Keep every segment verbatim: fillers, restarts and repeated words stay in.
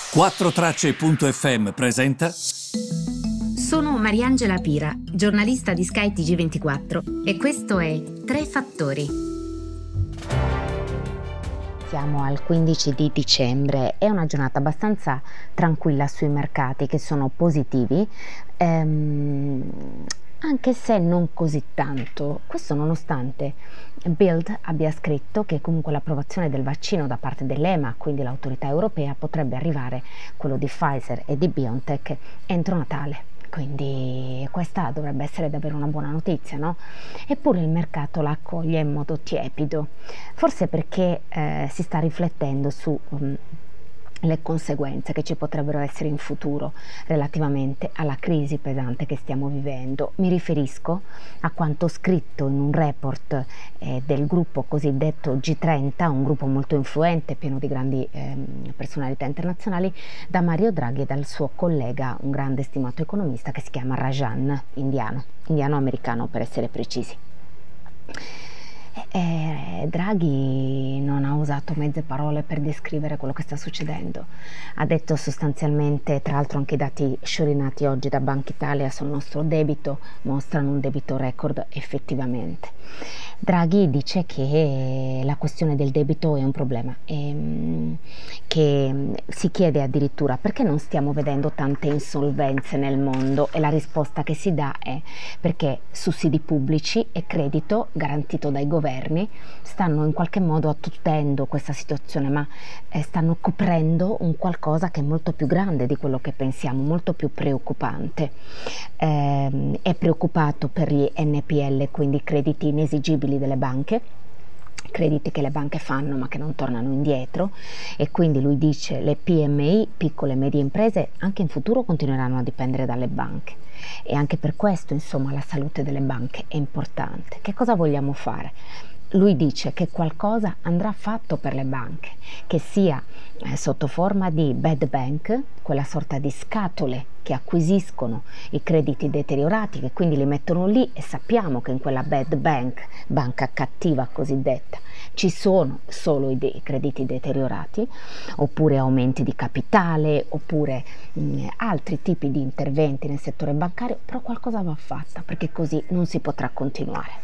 quattro tracce punto effe emme presenta. Sono Mariangela Pira, giornalista di Sky T G ventiquattro e questo è Tre Fattori. Siamo al quindici di dicembre, è una giornata abbastanza tranquilla sui mercati che sono positivi, ehm, anche se non così tanto. Questo nonostante Bild abbia scritto che comunque l'approvazione del vaccino da parte dell'E M A, quindi l'autorità europea, potrebbe arrivare, quello di Pfizer e di BioNTech, entro Natale. Quindi questa dovrebbe essere davvero una buona notizia, no? Eppure il mercato la accoglie in modo tiepido, forse perché eh, si sta riflettendo su um, le conseguenze che ci potrebbero essere in futuro relativamente alla crisi pesante che stiamo vivendo. Mi riferisco a quanto scritto in un report eh, del gruppo cosiddetto G trenta, un gruppo molto influente, pieno di grandi eh, personalità internazionali, da Mario Draghi e dal suo collega, un grande stimato economista che si chiama Rajan, indiano, indiano-americano per essere precisi. E Draghi non ha usato mezze parole per descrivere quello che sta succedendo. Ha detto sostanzialmente, tra l'altro anche i dati sciorinati oggi da Banca Italia sul nostro debito mostrano un debito record effettivamente. Draghi dice che la questione del debito è un problema e che si chiede addirittura perché non stiamo vedendo tante insolvenze nel mondo, e la risposta che si dà è perché sussidi pubblici e credito garantito dai governi stanno in qualche modo attutendo questa situazione, ma eh, stanno coprendo un qualcosa che è molto più grande di quello che pensiamo, molto più preoccupante. Eh, è preoccupato per gli N P L, quindi crediti inesigibili delle banche, crediti che le banche fanno ma che non tornano indietro, e quindi lui dice le P M I, piccole e medie imprese, anche in futuro continueranno a dipendere dalle banche, e anche per questo insomma la salute delle banche è importante. Che cosa vogliamo fare? Lui dice che qualcosa andrà fatto per le banche, che sia eh, sotto forma di bad bank, quella sorta di scatole che acquisiscono i crediti deteriorati, che quindi li mettono lì, e sappiamo che in quella bad bank, banca cattiva cosiddetta, ci sono solo i, de- i crediti deteriorati, oppure aumenti di capitale, oppure mh, altri tipi di interventi nel settore bancario, però qualcosa va fatta, perché così non si potrà continuare.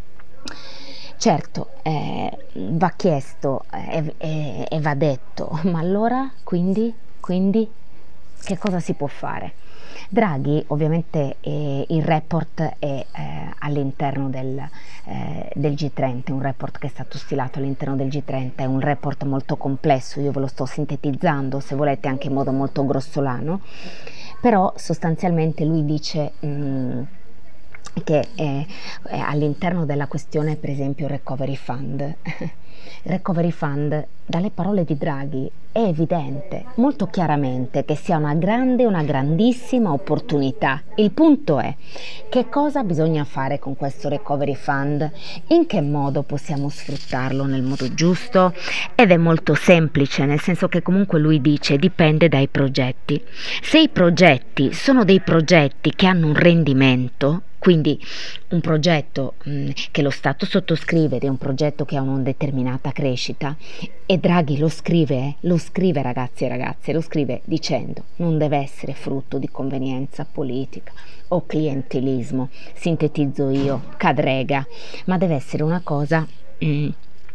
Certo, eh, va chiesto eh, e eh, va detto, ma allora quindi, quindi che cosa si può fare? Draghi, ovviamente eh, il report è eh, all'interno del, eh, del G trenta, un report che è stato stilato all'interno del G trenta, è un report molto complesso, io ve lo sto sintetizzando, se volete anche in modo molto grossolano, però sostanzialmente lui dice... Mh, che è, è all'interno della questione, per esempio, Recovery Fund. Il Recovery Fund, dalle parole di Draghi, è evidente, molto chiaramente, che sia una grande, una grandissima opportunità. Il punto è, che cosa bisogna fare con questo Recovery Fund? In che modo possiamo sfruttarlo nel modo giusto? Ed è molto semplice, nel senso che comunque lui dice, dipende dai progetti. Se i progetti sono dei progetti che hanno un rendimento, quindi un progetto mh, che lo Stato sottoscrive ed è un progetto che ha una determinata crescita, e Draghi lo scrive, lo scrive ragazzi e ragazze, lo scrive dicendo non deve essere frutto di convenienza politica o clientelismo, sintetizzo io, cadrega, ma deve essere una cosa... Mh,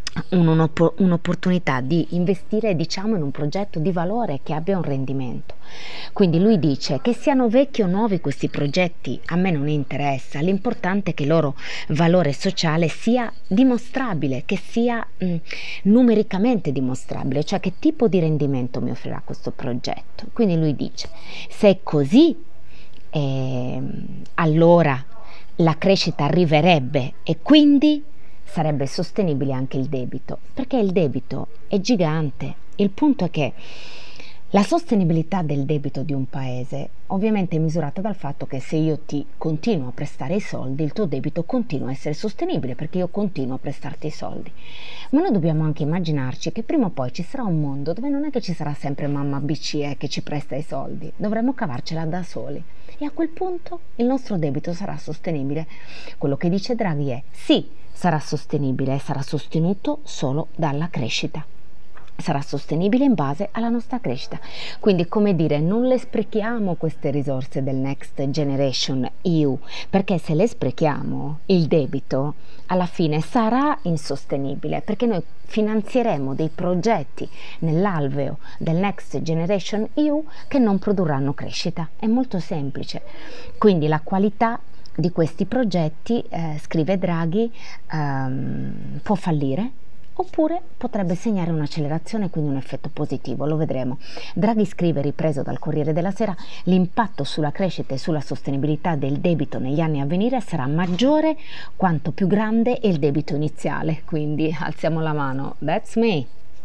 un'opportunità di investire, diciamo, in un progetto di valore che abbia un rendimento. Quindi lui dice che siano vecchi o nuovi questi progetti a me non interessa, l'importante è che il loro valore sociale sia dimostrabile, che sia mh, numericamente dimostrabile, cioè che tipo di rendimento mi offrirà questo progetto. Quindi lui dice se è così eh, allora la crescita arriverebbe e quindi sarebbe sostenibile anche il debito, perché il debito è gigante. Il punto è che la sostenibilità del debito di un paese ovviamente è misurata dal fatto che se io ti continuo a prestare i soldi, il tuo debito continua a essere sostenibile perché io continuo a prestarti i soldi. Ma noi dobbiamo anche immaginarci che prima o poi ci sarà un mondo dove non è che ci sarà sempre mamma B C E che ci presta i soldi, dovremo cavarcela da soli, e a quel punto il nostro debito sarà sostenibile. Quello che dice Draghi è sì, sarà sostenibile e sarà sostenuto solo dalla crescita. sarà sostenibile in base alla nostra crescita. Quindi, come dire, non le sprechiamo queste risorse del Next Generation E U, perché se le sprechiamo il debito alla fine sarà insostenibile, perché noi finanzieremo dei progetti nell'alveo del Next Generation E U che non produrranno crescita. È molto semplice. Quindi la qualità di questi progetti, eh, scrive Draghi, ehm, può fallire, oppure potrebbe segnare un'accelerazione, quindi un effetto positivo, lo vedremo. Draghi scrive, ripreso dal Corriere della Sera, l'impatto sulla crescita e sulla sostenibilità del debito negli anni a venire sarà maggiore quanto più grande è il debito iniziale, quindi alziamo la mano, that's me,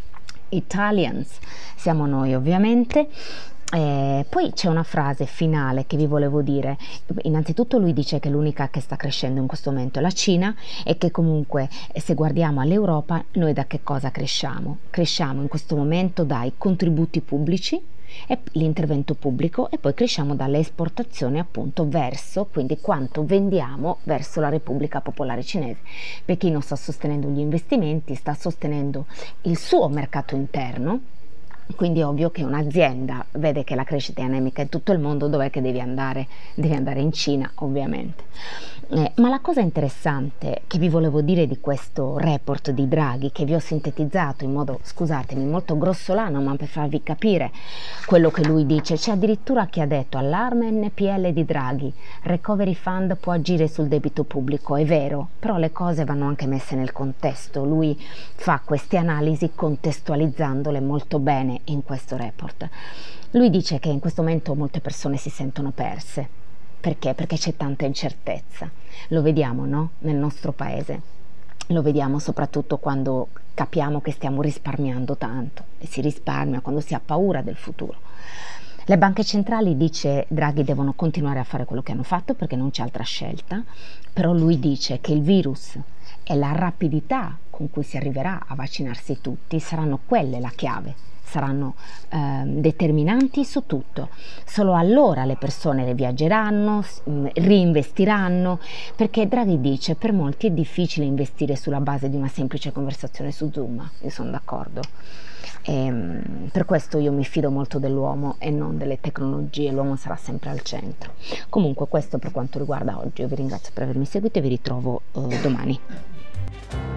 Italians, siamo noi ovviamente. Eh, poi c'è una frase finale che vi volevo dire. Innanzitutto lui dice che l'unica che sta crescendo in questo momento è la Cina e che comunque, se guardiamo all'Europa, noi da che cosa cresciamo? Cresciamo in questo momento dai contributi pubblici e l'intervento pubblico, e poi cresciamo dalle esportazioni, appunto, verso, quindi quanto vendiamo verso la Repubblica Popolare Cinese. Pechino sta sostenendo gli investimenti, sta sostenendo il suo mercato interno. Quindi è ovvio che un'azienda vede che la crescita è anemica in tutto il mondo, dov'è che devi andare? Devi andare in Cina, ovviamente. Eh, ma la cosa interessante che vi volevo dire di questo report di Draghi, che vi ho sintetizzato in modo, scusatemi, molto grossolano, ma per farvi capire quello che lui dice, c'è addirittura chi ha detto: allarme N P L di Draghi, Recovery Fund può agire sul debito pubblico. È vero, però le cose vanno anche messe nel contesto. Lui fa queste analisi contestualizzandole molto bene in questo report. Lui dice che in questo momento molte persone si sentono perse. Perché? Perché c'è tanta incertezza. Lo vediamo, no? Nel nostro paese. Lo vediamo soprattutto quando capiamo che stiamo risparmiando tanto, e si risparmia quando si ha paura del futuro. Le banche centrali, dice Draghi, devono continuare a fare quello che hanno fatto perché non c'è altra scelta, però lui dice che il virus e la rapidità con cui si arriverà a vaccinarsi tutti saranno quelle la chiave, saranno eh, determinanti su tutto. Solo allora le persone riviaggeranno, reinvestiranno, perché Draghi dice per molti è difficile investire sulla base di una semplice conversazione su Zoom. Io sono d'accordo. E, per questo io mi fido molto dell'uomo e non delle tecnologie, l'uomo sarà sempre al centro. Comunque questo per quanto riguarda oggi, io vi ringrazio per avermi seguito e vi ritrovo eh, domani.